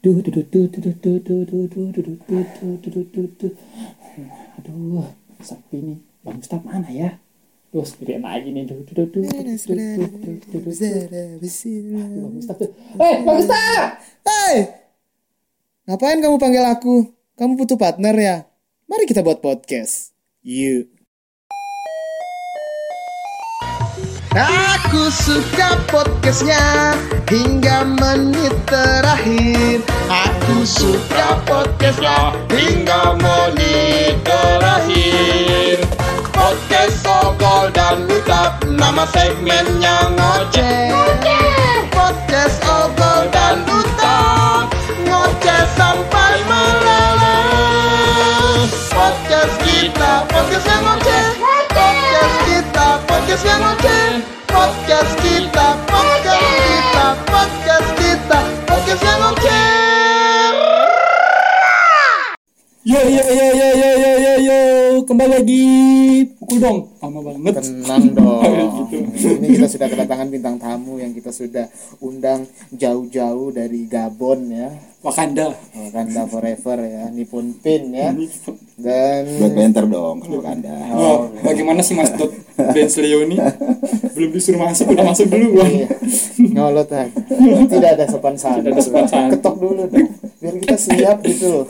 Aduh, sepi nih. Bang Ustaz mana ya? Terus sendirian lagi nih. Bang Ustaz tuh. Bang Ustaz! Hai! Ngapain kamu panggil aku? Kamu butuh partner ya? Mari kita buat podcast. Yuk. Aku suka podcastnya hingga menit terakhir. Aku suka podcastnya hingga menit terakhir. Podcast Ogol dan Utap, nama segmennya ngoceh. Podcast Ogol dan Utap, ngoceh sampai meleleh. Podcast kita, podcast yang ngoceh. Podcast kita, podcast yang ngoceh. Podcast kita, podcast kita, podcast kita, podcast yang ngoceh. Yo, kembali lagi. Pukul dong, lama banget. Tenang dong. Gitu. Ini kita sudah kedatangan bintang tamu yang kita sudah undang jauh-jauh dari Gabon ya. Wakanda Forever ya, Nippon Pin ya. Dan buat banter dong kalau Anda. Oh, bagaimana sih Mas Dot Benz Leo ini? Belum disuruh masuk, udah masuk dulu bang. Iya, nyolot aja. Tidak ada sopan santun. Ketok dulu dong, biar kita siap gitu loh.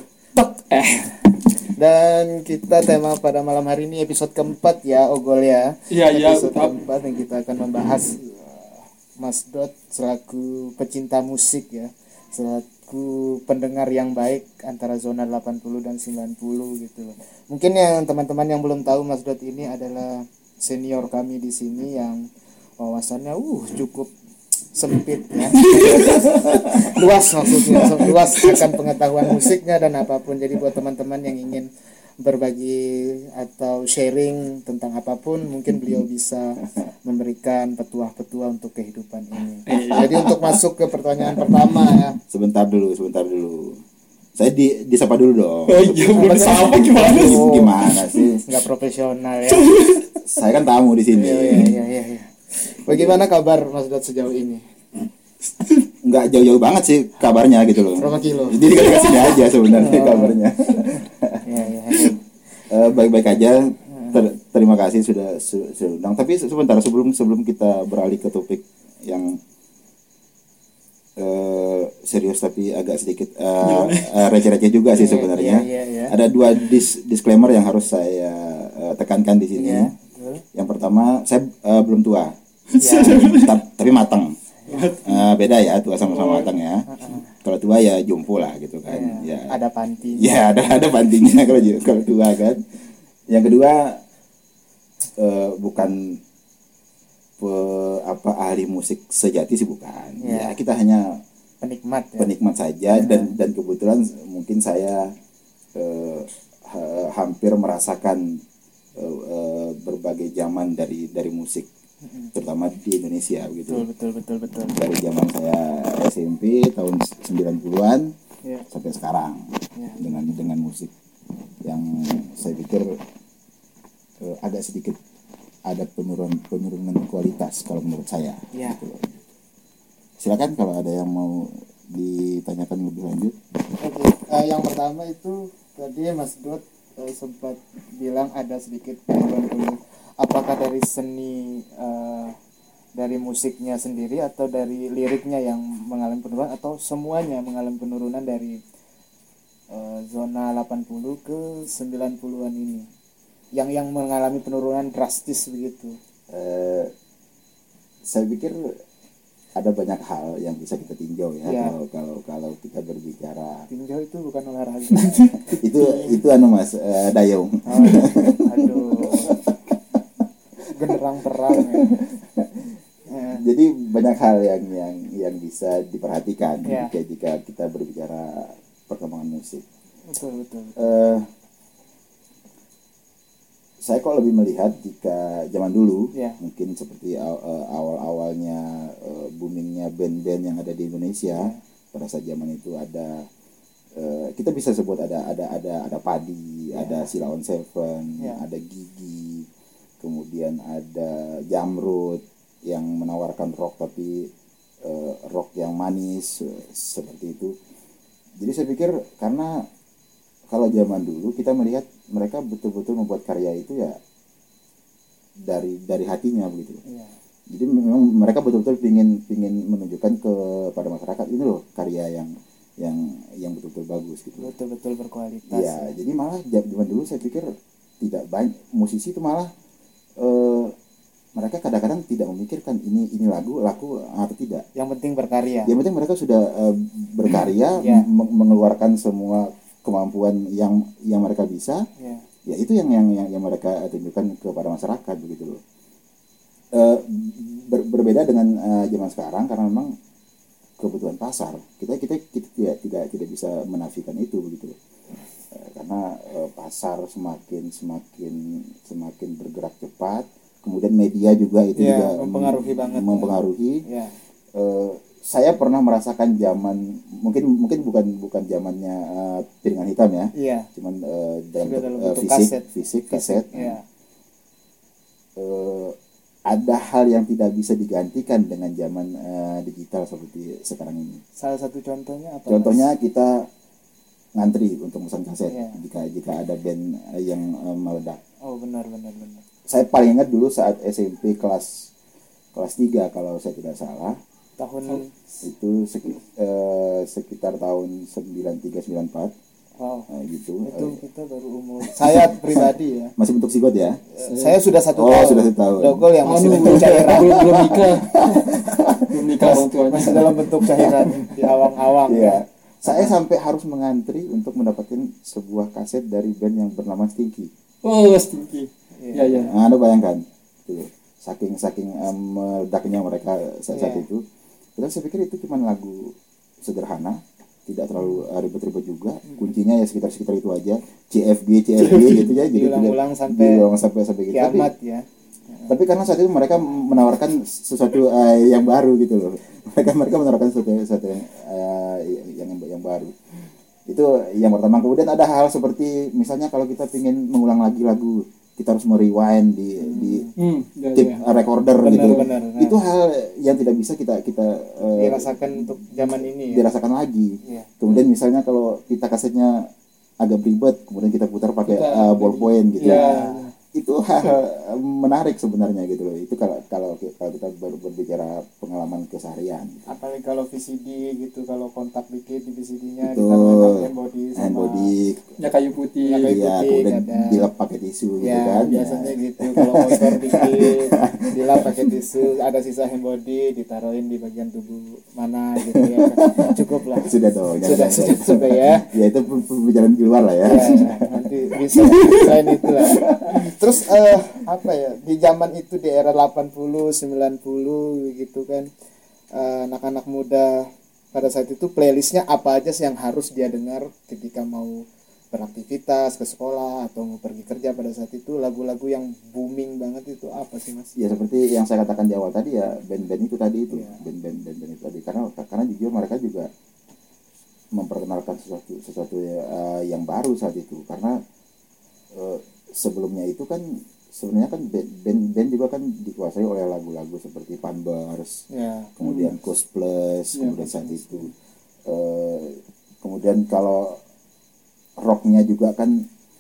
Dan kita tema pada malam hari ini episode keempat ya, Ogol ya. Iya. Episode keempat yang kita akan membahas Mas Dot selaku pecinta musik ya, selaku pendengar yang baik antara zona 80 dan 90 gitu loh. Mungkin yang teman-teman yang belum tahu, Mas Dot ini adalah senior kami di sini yang wawasannya cukup sempit ya. luas akan pengetahuan musiknya dan apapun. Jadi buat teman-teman yang ingin berbagi atau sharing tentang apapun, mungkin beliau bisa memberikan petuah-petuah untuk kehidupan ini. Jadi untuk masuk ke pertanyaan pertama ya. Sebentar dulu. Saya disapa dulu dong. Oh iya, belum disapa gimana sih? Gimana sih? Nggak profesional ya. Saya kan tamu di sini. Iya. Bagaimana kabar Mas Dot sejauh ini? Nggak jauh-jauh banget sih kabarnya gitu loh. Berapa kilo? Jadi dekat sini aja sebenarnya kabarnya. Iya. Baik-baik aja. Terima kasih sudah undang. Tapi sebentar sebelum kita beralih ke topik yang serius tapi agak sedikit receh-receh juga sih sebenarnya. Iya. Ada dua disclaimer yang harus saya tekankan di sini. Iya. Yang pertama, saya belum tua, Ya. tapi matang. Beda ya, tua sama matang ya. Kalau tua ya jompo lah gitu kan. Ya. Ada panti. Ya ada pantinya kalau tua kan. Yang kedua, bukan ahli musik sejati sih bukan. Ya kita hanya penikmat saja dan kebetulan mungkin saya hampir merasakan berbagai zaman dari musik, terutama di Indonesia gitu. Betul. Dari zaman saya SMP tahun 90-an sampai sekarang dengan musik yang saya pikir agak sedikit ada penurunan kualitas kalau menurut saya. Gitu. Silakan kalau ada yang mau ditanyakan lebih lanjut. Oke. Yang pertama itu tadi Mas Dot sempat bilang ada sedikit penurunan. Apakah dari seni dari musiknya sendiri atau dari liriknya yang mengalami penurunan atau semuanya mengalami penurunan dari zona 80 ke 90-an ini yang mengalami penurunan drastis begitu? Saya pikir ada banyak hal yang bisa kita tinjau ya. Kalau kita berbicara tinjau itu bukan olahraga. itu Mas dayung. Aduh. Genderang perang ya. Jadi banyak hal yang bisa diperhatikan jika kita berbicara perkembangan musik. Betul. Saya kok lebih melihat jika zaman dulu mungkin seperti awal-awalnya boomingnya band-band yang ada di Indonesia. Pada saat zaman itu ada kita bisa sebut ada Padi, ada Sheila on 7, ada Gigi, kemudian ada Jamrud yang menawarkan rock tapi rock yang manis seperti itu. Jadi saya pikir karena kalau zaman dulu kita melihat mereka betul-betul membuat karya itu ya dari hatinya begitu. Iya. Jadi memang mereka betul-betul pingin menunjukkan kepada masyarakat ini loh karya yang betul-betul bagus gitu. Betul-betul berkualitas. Iya, jadi malah zaman dulu saya pikir tidak banyak musisi itu malah mereka kadang-kadang tidak memikirkan ini lagu laku atau tidak. Yang penting berkarya. Yang penting mereka sudah berkarya, mengeluarkan semua kemampuan yang mereka bisa. Ya itu yang mereka tunjukkan kepada masyarakat begitu loh. Berbeda dengan zaman sekarang karena memang kebutuhan pasar. Kita tidak bisa menafikan itu begitu loh. Karena pasar semakin bergerak cepat, kemudian media juga itu juga mempengaruhi banget. Ya. Saya pernah merasakan zaman mungkin bukan zamannya piringan hitam ya. Iya. Cuman dalam bentuk fisik kaset. Iya. Ada hal yang tidak bisa digantikan dengan zaman digital seperti sekarang ini. Salah satu contohnya apa? Contohnya kita ngantri untuk pesan kaset. Iya. Jika ada band yang meledak. Oh benar. Saya paling ingat dulu saat SMP kelas 3 kalau saya tidak salah. Tahun itu sekitar tahun 93-94. Wow. Gitu. Itu kita baru umur. Saya pribadi ya. Masih bentuk sigot ya? Saya sudah 1 tahun. Oh, sudah 1 tahun. Dogol yang masih bentuk cairan. belum nikah orang tuanya. Masih dalam bentuk cairan di awang-awang. Iya. Saya sampai harus mengantri untuk mendapatkan sebuah kaset dari band yang bernama Stinky. Oh, Stinky. Iya. Nah, Anda bayangkan. Tuh, saking meledaknya mereka saat itu. Dan saya pikir itu cuma lagu sederhana, tidak terlalu ribet-ribet juga. Kuncinya ya sekitar itu aja. CFG gitu ya. Jadi diulang-ulang sampai gitu. Kiamat ya. Tapi karena saat itu mereka menawarkan sesuatu yang baru gitu loh. Mereka menawarkan sesuatu yang baru. Itu yang pertama. Kemudian ada hal seperti misalnya kalau kita ingin mengulang lagi lagu, kita harus merewind di tape recorder gitu. Benar. Itu hal yang tidak bisa kita dirasakan untuk zaman ini ya. Dirasakan lagi. Ya. Kemudian misalnya kalau kita kasetnya agak ribet, kemudian kita putar pakai ballpoint gitu. Ya. Itu hal menarik sebenarnya gitu loh. Itu kalau kita baru berbicara pengalaman keseharian. Apalagi kalau VCD gitu, kalau kontak dikit di VCD-nya ditaruh handbody ya kayu putih. Kemudian dilap pakai tisu gitu kan. Biasanya gitu. Kalau motor dikit dilap pakai tisu, ada sisa handbody ditaruhin di bagian tubuh mana gitu ya. Cukup lah. Sudah dong. Sudah ya. Ya itu pembicaraan di luar lah ya. Nanti bisa selain itu lah. Terus apa ya, di zaman itu di era 80 90 gitu kan, anak-anak muda pada saat itu playlistnya apa aja sih yang harus dia dengar ketika mau beraktivitas ke sekolah atau mau pergi kerja pada saat itu? Lagu-lagu yang booming banget itu apa sih Mas? Ya seperti yang saya katakan di awal tadi ya, band-band itu tadi itu band itu tadi karena jujur mereka juga memperkenalkan sesuatu yang baru saat itu karena sebelumnya itu kan sebenarnya kan band juga kan dikuasai oleh lagu-lagu seperti Panbars, kemudian Ghost Plus, kemudian saat itu kemudian kalau rocknya juga kan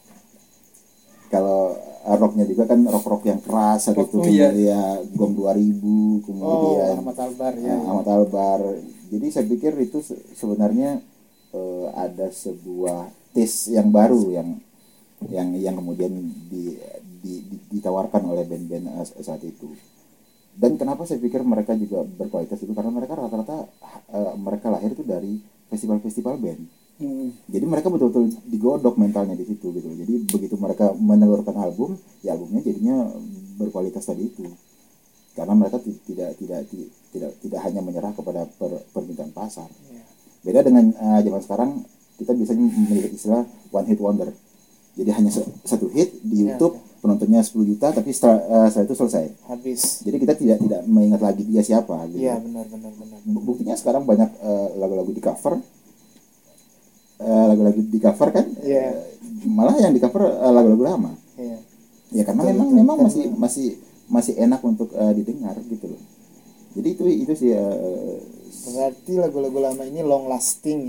rock yang keras saat itu ya Gom 2000 kemudian Ahmad Albar. Jadi saya pikir itu sebenarnya ada sebuah taste yang baru yang kemudian ditawarkan oleh band-band saat itu. Dan kenapa saya pikir mereka juga berkualitas itu karena mereka rata-rata mereka lahir itu dari festival-festival band. Jadi mereka betul-betul digodok mentalnya di situ gitu. Jadi begitu mereka menelurkan album, ya albumnya jadinya berkualitas tadi itu. Karena mereka tidak hanya menyerah kepada permintaan pasar. Beda dengan zaman sekarang, kita biasanya memiliki istilah one hit wonder. Jadi hanya satu hit di YouTube, penontonnya 10 juta, tapi setelah itu selesai. Habis. Jadi kita tidak mengingat lagi dia siapa. Gitu. Iya benar. Buktinya sekarang banyak lagu-lagu di cover. Lagu-lagu di cover kan, malah yang di cover lagu-lagu lama. Ya karena memang masih enak untuk didengar gitu loh. Jadi itu sih. Berarti lagu-lagu lama ini long lasting ya.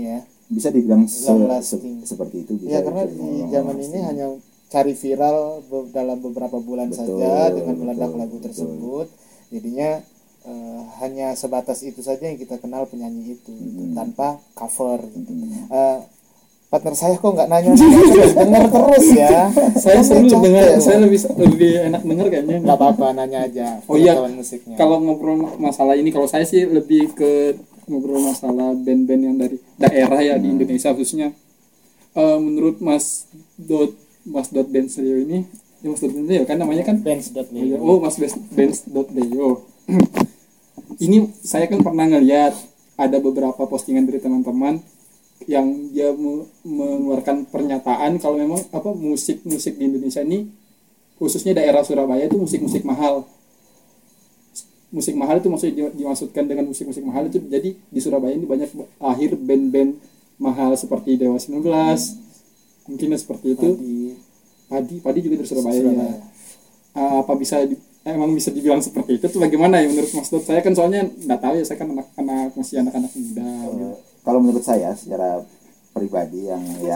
bisa dibilang long lasting. Seperti itu bisa. Ya karena di zaman ini hanya cari viral dalam beberapa bulan saja dengan meledak lagu tersebut. Jadinya hanya sebatas itu saja yang kita kenal penyanyi itu gitu, tanpa cover gitu. Partner saya kok nggak nanya dengar terus ya. Saya sering dengar, saya lebih enak dengar kayaknya. Nggak apa-apa, nanya aja. Oh iya, musiknya. kalau ngobrol masalah ini, kalau saya sih lebih ke ngobrol masalah band-band yang dari daerah ya di Indonesia khususnya. Menurut Mas Dot Band sendiri ini, ya Mas Dot Band ya kan namanya kan? Bands.Leo. Oh, Mas Bands.Leo. Ini saya kan pernah ngeliat ada beberapa postingan dari teman-teman yang dia mengeluarkan pernyataan kalau memang musik di Indonesia ini khususnya daerah Surabaya itu musik mahal itu maksudnya dimaksudkan dengan musik mahal itu, jadi di Surabaya ini banyak lahir band-band mahal seperti Dewa 19 mungkin seperti itu. Padi juga dari Surabaya. Ya. Apa emang bisa dibilang seperti itu tuh bagaimana ya menurut Mas Dot? Saya kan soalnya nggak tahu ya, saya kan masih anak-anak muda gitu. Kalau menurut saya secara pribadi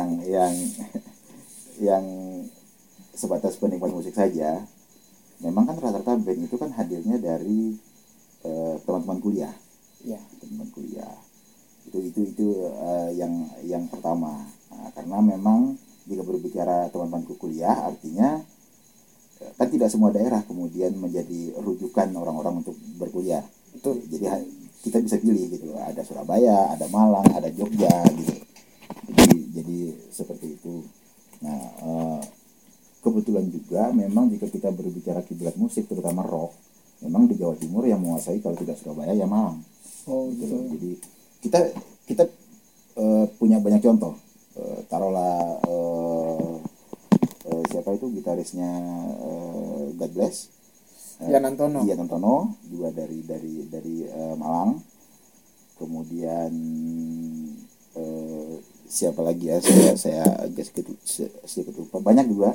yang sebatas penikmat musik saja, memang kan rata-rata band itu kan hadirnya dari teman-teman kuliah. Ya. Teman kuliah. Itu yang pertama. Karena memang jika berbicara teman-teman kuliah artinya kan tidak semua daerah kemudian menjadi rujukan orang-orang untuk berkuliah. Betul. Jadi kita bisa pilih gitu loh, ada Surabaya, ada Malang, ada Jogja gitu. Jadi seperti itu. Nah, kebetulan juga memang jika kita berbicara kiblat musik terutama rock, memang di Jawa Timur yang menguasai kalau tidak Surabaya ya Malang. Oh gitu. gitu. Jadi kita punya banyak contoh. Taruhlah siapa itu gitarisnya God Bless. Ian Antono juga dari Malang. Kemudian siapa lagi ya, saya agak sedikit lupa, banyak juga.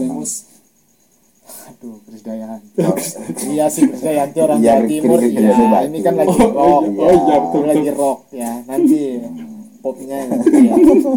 Krisdayanti. Iya sih, Krisdayanti orang Jawa Timur. Iya, ini kan lagi rock. Betul, lagi rock ya. Nanti popnya ya.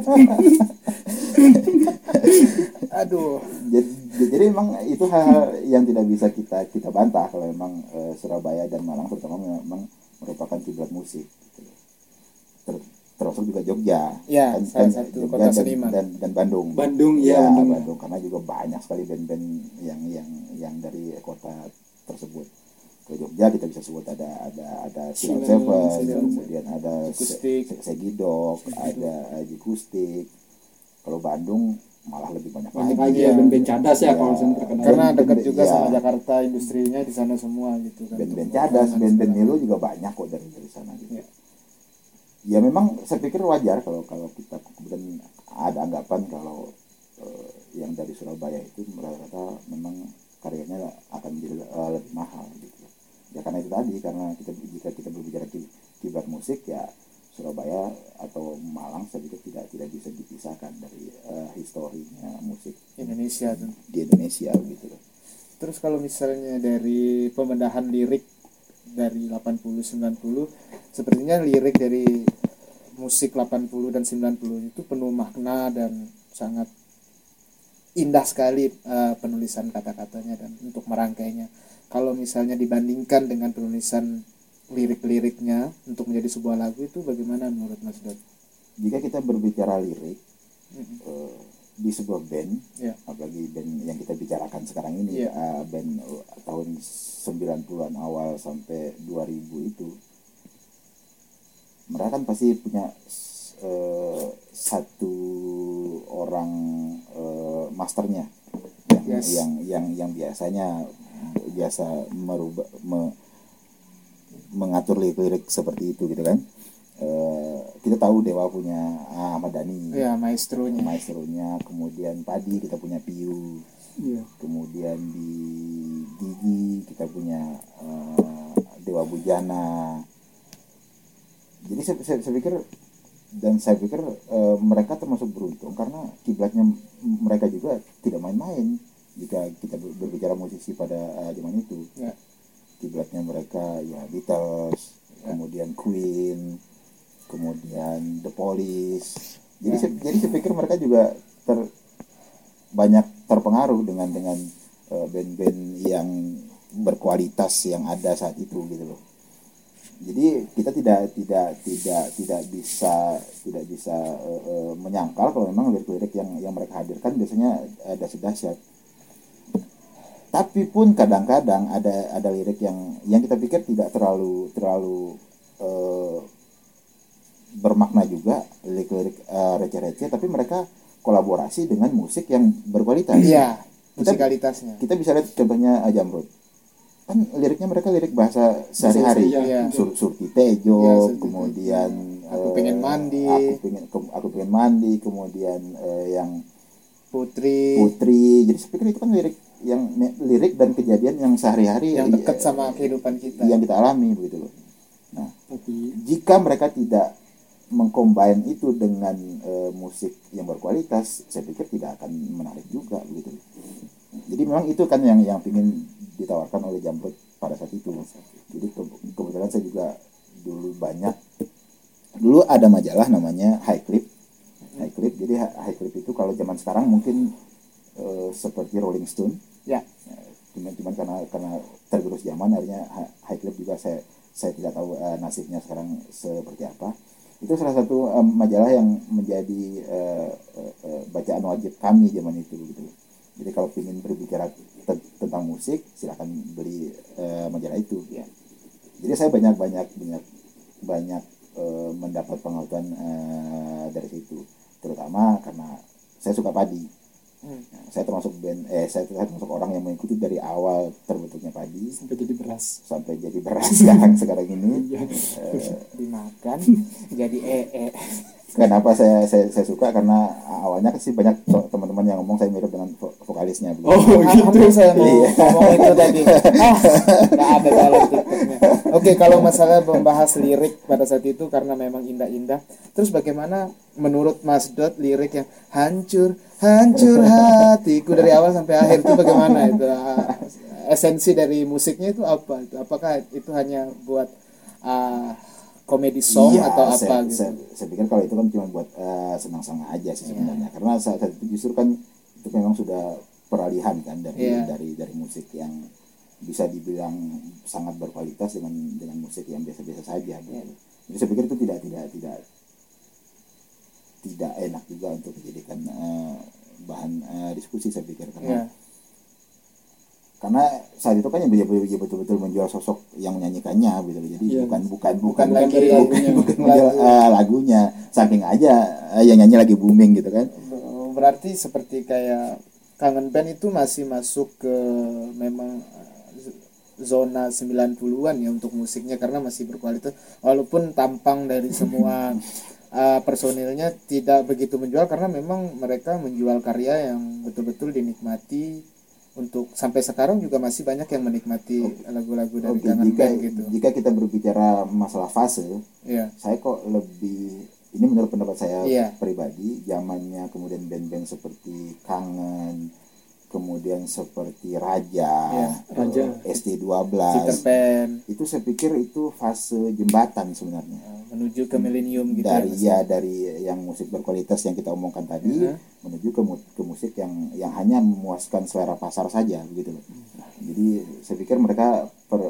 Aduh. Jadi memang itu hal yang tidak bisa kita bantah kalau memang Surabaya dan Malang terutama memang merupakan kiblat musik. Termasuk juga Jogja. Ya, salah satu Jogja kota seniman. Dan Bandung. Bandung Karena juga banyak sekali band-band yang dari kota tersebut. Ke Jogja kita bisa sebut ada Silent Seven, kemudian ada Segidok, ada Jikustik. Kalau Bandung malah lebih banyak lagi ya band-band cadas ya kalau saya terkenal. Karena dekat juga sama Jakarta, industrinya di sana semua gitu kan. Band-band cadas, band-band Milo juga banyak kok dari sana gitu. Ya memang saya pikir wajar kalau kita kemudian ada anggapan kalau yang dari Surabaya itu rata-rata memang karyanya akan menjadi lebih mahal gitu. Ya karena itu tadi, karena jika kita berbicara kiblat musik ya Surabaya atau Malang saya pikir tidak bisa dipisahkan dari historinya musik Indonesia di Indonesia gitu. Terus kalau misalnya dari pembedahan lirik dari 80-90, sepertinya lirik dari musik 80 dan 90 itu penuh makna dan sangat indah sekali penulisan kata-katanya dan untuk merangkainya. Kalau misalnya dibandingkan dengan penulisan lirik-liriknya untuk menjadi sebuah lagu, itu bagaimana menurut Mas Dot? Jika kita berbicara lirik di sebuah band, apalagi band yang kita bicarakan sekarang ini, band tahun 90-an awal sampai 2000 itu, mereka kan pasti punya satu orang masternya yang biasa mengatur lirik seperti itu gitu kan. Kita tahu Dewa punya Ahmad Dhani, maestronya. Kemudian Padi kita punya Piu, kemudian di Gigi kita punya Dewa Bujana. Jadi saya pikir mereka termasuk beruntung karena kiblatnya mereka juga tidak main-main. Jika kita berbicara musisi pada zaman itu, kiblatnya mereka ya Beatles, kemudian Queen, kemudian The Police. Jadi saya pikir mereka juga banyak terpengaruh dengan band-band yang berkualitas yang ada saat itu gitu loh. Jadi kita tidak bisa menyangkal kalau memang lirik-lirik yang mereka hadirkan biasanya ada sedahsyat. Tapi pun kadang-kadang ada lirik yang kita pikir tidak terlalu bermakna juga, lirik-lirik receh-receh, tapi mereka kolaborasi dengan musik yang berkualitas. Iya, musikalitasnya. Kita bisa lihat contohnya Jamrud. Kan liriknya mereka lirik bahasa sehari-hari, Surti Tejo, kemudian aku pengen mandi, aku pengen mandi, kemudian yang Putri. Jadi saya pikir itu kan lirik dan kejadian yang sehari-hari yang dekat sama kehidupan kita, yang kita alami begitu loh. Nah, jika mereka tidak mengcombine itu dengan musik yang berkualitas, saya pikir tidak akan menarik juga begitu. Jadi memang itu kan yang ingin ditawarkan oleh Jamrud pada saat itu. Jadi kebetulan saya juga dulu ada majalah namanya High Clip. Jadi High Clip itu kalau zaman sekarang mungkin seperti Rolling Stone. Ya. Cuman karena tergerus zaman, akhirnya High Clip juga saya tidak tahu nasibnya sekarang seperti apa. Itu salah satu majalah yang menjadi bacaan wajib kami zaman itu gitu. Jadi kalau ingin berbicara tentang musik, silakan beli majalah itu. Ya. Jadi saya banyak mendapat pengetahuan dari situ, terutama karena saya suka padi. Saya termasuk orang yang mengikuti dari awal terbentuknya padi sampai jadi beras sekarang ini. Dimakan jadi Kenapa saya suka, karena awalnya sih banyak teman-teman yang ngomong saya mirip dengan vokalisnya. Oh gitu. Saya mau ngomong itu tadi. Nggak ada dalam TikToknya. Oke, kalau masalah membahas lirik pada saat itu karena memang indah-indah. Terus bagaimana menurut Mas Dot lirik yang hancur hatiku dari awal sampai akhir itu bagaimana itu? Esensi dari musiknya itu apa? Apakah itu hanya buat komedi song atau apa gitu? Saya pikir kalau itu kan cuma buat senang-senang aja sih sebenarnya. Karena saat itu justru kan itu memang sudah peralihan kan dari musik yang bisa dibilang sangat berkualitas dengan musik yang biasa-biasa saja gitu. Jadi saya pikir itu tidak enak juga untuk dijadikan bahan diskusi, saya pikir, karena saat itu kan yang betul-betul menjual sosok yang menyanyikannya gitu. Jadi bukan lagunya, saking aja yang nyanyi lagi booming gitu kan. Berarti seperti kayak Kangen Band itu masih masuk ke memang zona 90-an ya untuk musiknya, karena masih berkualitas walaupun tampang dari semua personilnya tidak begitu menjual, karena memang mereka menjual karya yang betul-betul dinikmati. Untuk sampai sekarang juga masih banyak yang menikmati lagu-lagu dari Kangen Band gitu. Jika kita berbicara masalah fase, saya kok lebih, ini menurut pendapat saya pribadi, zamannya kemudian band-band seperti Kangen, kemudian seperti Raja, ST12, Peter Pan, itu saya pikir itu fase jembatan sebenarnya menuju ke milenium gitu. Dari yang musik berkualitas yang kita omongkan tadi, menuju ke musik yang hanya memuaskan selera pasar saja begitu loh. Jadi saya pikir mereka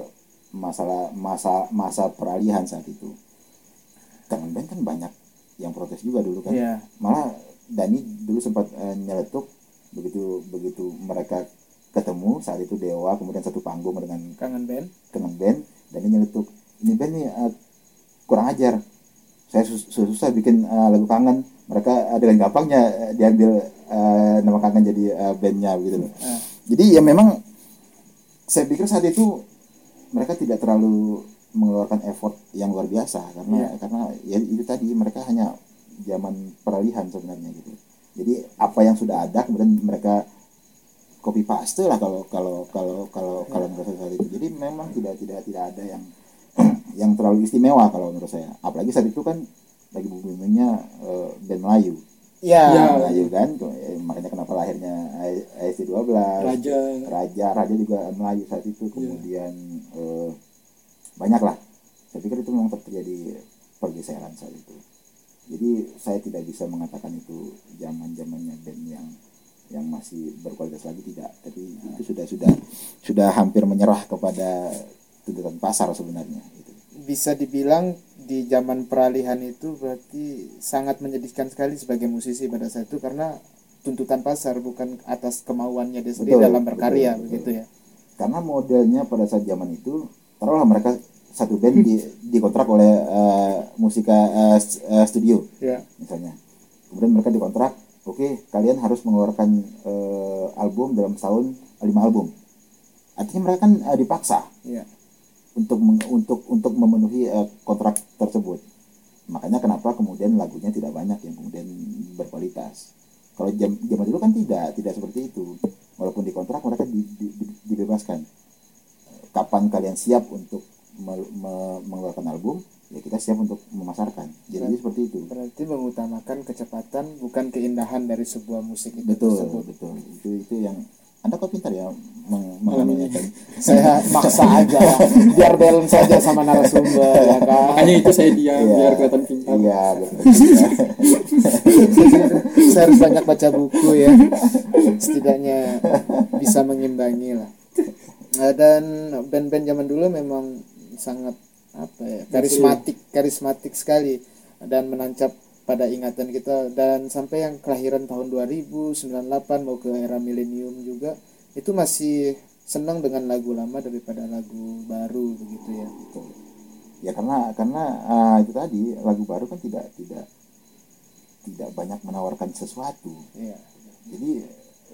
masa peralihan saat itu. Kangen Band kan banyak yang protes juga dulu kan. Malah Dani dulu sempat nyeletuk begitu mereka ketemu saat itu Dewa, kemudian satu panggung dengan Kangen Band, dan dia nyeletuk, ini band nih kurang ajar, saya susah bikin lagu kangen, mereka dengan gampangnya diambil nama Kangen jadi bandnya gitu loh. Jadi ya memang saya pikir saat itu mereka tidak terlalu mengeluarkan effort yang luar biasa, karena ya itu tadi, mereka hanya zaman peralihan sebenarnya gitu. Jadi apa yang sudah ada kemudian mereka copy paste lah kalau menurut saya saat itu. Jadi memang tidak ada yang terlalu istimewa kalau menurut saya. Apalagi saat itu kan lagi boomingnya band Melayu. Melayu kan, makanya kenapa lahirnya ST12, Raja juga Melayu saat itu. Kemudian banyak lah. Saya pikir itu memang terjadi pergeseran saat itu. Jadi saya tidak bisa mengatakan itu zamannya band yang masih berkualitas lagi, tidak, tapi itu sudah hampir menyerah kepada tuntutan pasar sebenarnya gitu. Bisa dibilang di zaman peralihan itu berarti sangat menyedihkan sekali sebagai musisi pada saat itu, karena tuntutan pasar bukan atas kemauannya dia sendiri dalam berkarya, begitu ya. Karena modelnya pada saat zaman itu, taruhlah mereka satu band dikontrak oleh musika studio, misalnya. Kemudian mereka dikontrak, oke, kalian harus mengeluarkan album dalam setahun 5 album. Artinya mereka kan dipaksa untuk memenuhi kontrak tersebut. Makanya kenapa kemudian lagunya tidak banyak yang kemudian berkualitas. Kalau zaman dulu kan tidak seperti itu. Walaupun dikontrak mereka dibebaskan. Kapan kalian siap untuk mengeluarkan album, ya kita siap untuk memasarkan. Jadi seperti itu. Berarti mengutamakan kecepatan bukan keindahan dari sebuah musik itu. Betul. Itu yang Anda kok pintar ya mengalaminya. Saya maksa aja biar balance saja sama narasumber ya kan. Makanya itu saya diam biar kelihatan pintar. Iya, betul. Saya harus banyak baca buku ya. Setidaknya bisa mengimbangi lah. Dan band-band zaman dulu memang sangat karismatik sekali dan menancap pada ingatan kita, dan sampai yang kelahiran tahun 2000, 98 mau ke era milenium juga itu masih senang dengan lagu lama daripada lagu baru begitu ya. Ya karena itu tadi, lagu baru kan tidak banyak menawarkan sesuatu. Iya. Jadi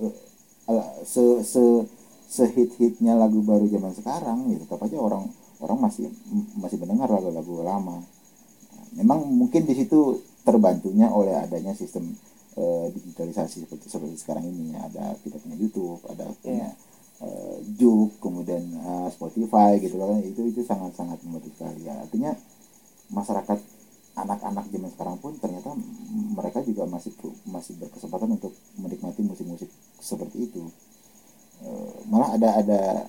sehit-hitnya lagu baru zaman sekarang ya tetap aja orang masih mendengar lagu-lagu lama. Memang mungkin di situ terbantunya oleh adanya sistem digitalisasi seperti sekarang ini. Ada kita punya YouTube, ada punya Juk, kemudian Spotify gitu kan. Itu sangat membantu sekali ya. Artinya masyarakat, anak-anak zaman sekarang pun ternyata mereka juga masih berkesempatan untuk menikmati musik-musik seperti itu. Malah ada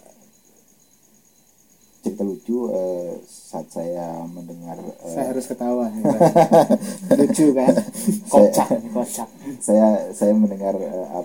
cerita lucu saat saya mendengar saya harus ketawa nih, lucu kan, kocak. Saya mendengar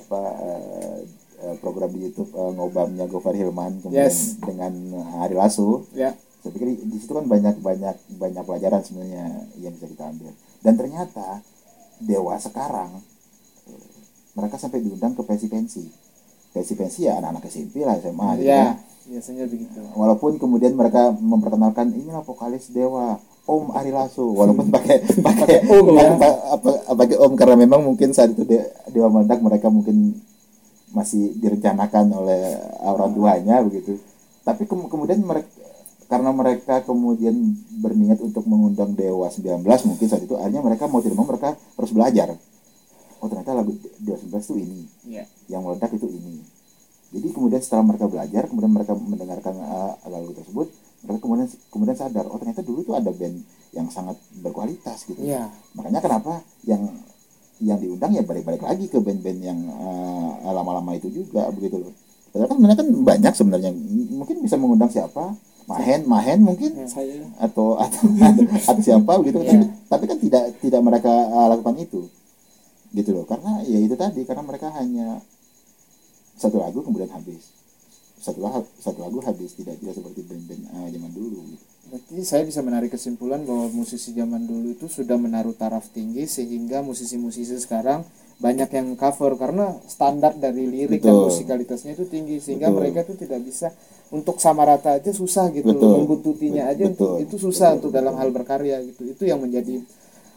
program di YouTube ngobamnya Gofar Hilman kemudian dengan Ari Lasso. Saya pikir di situ kan banyak pelajaran sebenarnya yang bisa kita ambil. Dan ternyata Dewa sekarang mereka sampai diundang ke pensi ya, anak-anak SMP lah, SMA gitu kan. Biasanya begitu. Walaupun kemudian mereka memperkenalkan inilah vokalis Dewa, Om Ari Lasso, walaupun pakai Om pakai Om karena memang mungkin saat itu Dewa meledak, mereka mungkin masih direncanakan oleh orang tuanya begitu. Tapi kemudian karena mereka kemudian berniat untuk mengundang Dewa 19 mungkin saat itu, akhirnya mereka mau tidak mau mereka harus belajar. Oh ternyata lagu Dewa 19 itu ini, yang meledak itu ini. Jadi kemudian setelah mereka belajar, kemudian mereka mendengarkan lagu tersebut, mereka kemudian sadar, oh ternyata dulu tuh ada band yang sangat berkualitas gitu. Makanya kenapa yang diundang ya balik lagi ke band-band yang lama-lama itu juga begitu loh. Padahal kan mereka kan banyak sebenarnya, mungkin bisa mengundang siapa, Mahen mungkin, saya atau siapa begitu. Tapi kan tidak mereka lakukan itu gitu loh, karena ya itu tadi, karena mereka hanya satu lagu kemudian habis, satu lagu habis, tidak seperti band-band zaman dulu gitu. Berarti saya bisa menarik kesimpulan bahwa musisi zaman dulu itu sudah menaruh taraf tinggi sehingga musisi-musisi sekarang banyak yang cover karena standar dari lirik dan musikalitasnya itu tinggi, sehingga mereka itu tidak bisa untuk sama rata aja susah gitu, membututinya aja itu susah untuk dalam hal berkarya gitu. Itu yang menjadi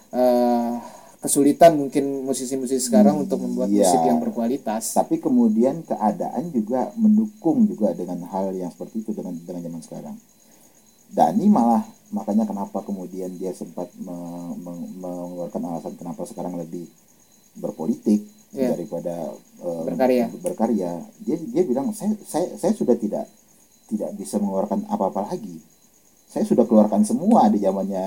kesulitan mungkin musisi-musisi sekarang untuk membuat musik yang berkualitas. Tapi kemudian keadaan juga mendukung juga dengan hal yang seperti itu dengan zaman sekarang. Dhani malah, makanya kenapa kemudian dia sempat mengeluarkan alasan kenapa sekarang lebih berpolitik daripada berkarya. Dia bilang saya sudah tidak bisa mengeluarkan apa-apa lagi. Saya sudah keluarkan semua di zamannya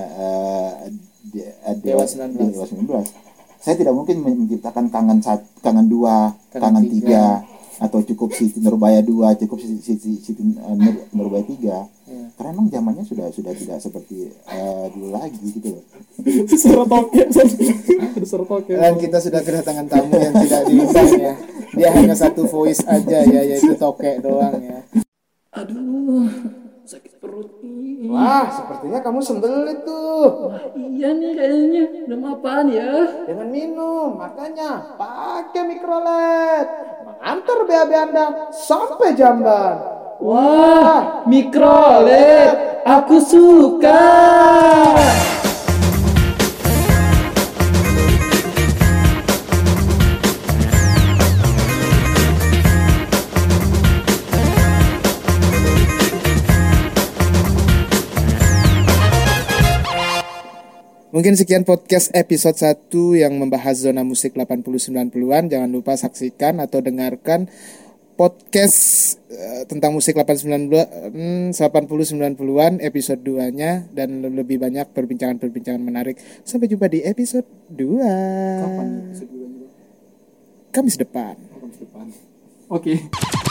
Dewa 19. Saya tidak mungkin menciptakan kangen 2, kangen 3, atau cukup Siti Nurbaya 2, cukup Siti Nurbaya 3. Karena emang zamannya sudah tidak seperti dulu lagi gitu loh. Suara toke. Suara toke. Dan kita sudah kedatangan tamu yang tidak diundang ya. Dia hanya satu voice aja ya, yaitu toke doang ya. Aduh, sakit perut nih. Wah, sepertinya kamu sembelit tuh. Iya nih kayaknya. Minum apaan ya? Jangan minum, makanya pakai mikrolet. Mengantar BAB Anda sampai Jamban. Wah, mikrolet. Aku suka. Mungkin sekian podcast episode 1 yang membahas zona musik 80-90-an. Jangan lupa saksikan atau dengarkan podcast tentang musik 80-90-an episode 2-nya. Dan lebih banyak perbincangan-perbincangan menarik. Sampai jumpa di episode 2. Kapan episode 2-nya? Kamis depan. Oke.